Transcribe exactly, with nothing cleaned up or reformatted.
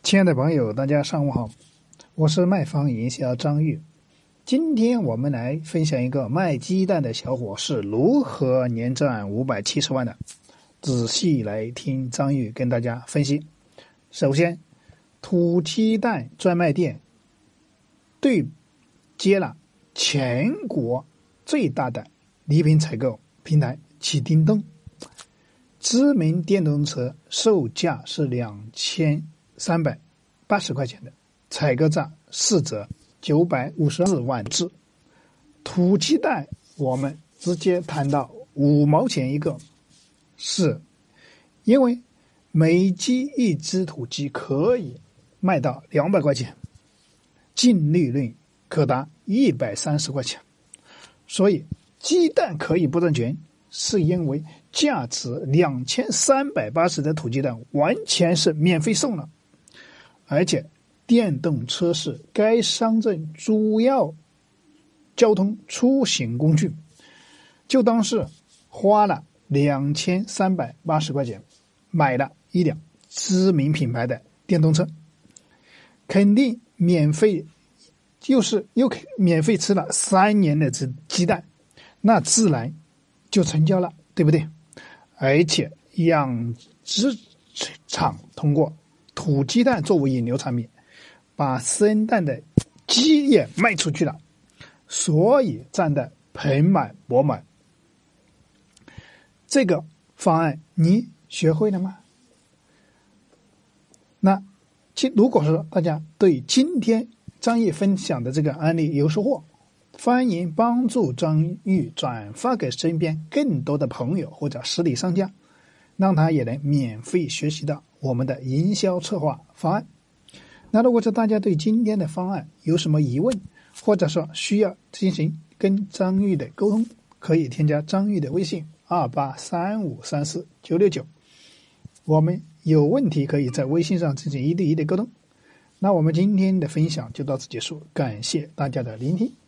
亲爱的朋友，大家上午好，我是卖方营销张玉。今天我们来分享一个卖鸡蛋的小伙是如何年赚五百七十万的。仔细来听张玉跟大家分析。首先，土鸡蛋专卖店对接了全国最大的礼品采购平台启叮咚，知名电动车售价是两千三百八十块钱的，采购价四折九百五十四万只。土鸡蛋我们直接谈到五毛钱一个，是因为每鸡一只土鸡可以卖到两百块钱，净利润可达一百三十块钱。所以鸡蛋可以不挣钱，是因为价值两千三百八十的土鸡蛋完全是免费送了。而且电动车是该乡镇主要交通出行工具，就当是花了两千三百八十块钱买了一辆知名品牌的电动车，肯定免费，就是又免费吃了三年的鸡蛋，那自然就成交了，对不对？而且养殖场通过土鸡蛋作为引流产品，把生蛋的鸡也卖出去了，所以赚得盆满钵满。这个方案你学会了吗？那如果说大家对今天张玉分享的这个案例有收获，欢迎帮助张玉转发给身边更多的朋友或者实体商家，让他也能免费学习到我们的营销策划方案。那如果说大家对今天的方案有什么疑问，或者说需要进行跟张玉的沟通，可以添加张玉的微信二八三五三四九六九，我们有问题可以在微信上进行一对一的沟通。那我们今天的分享就到此结束，感谢大家的聆听。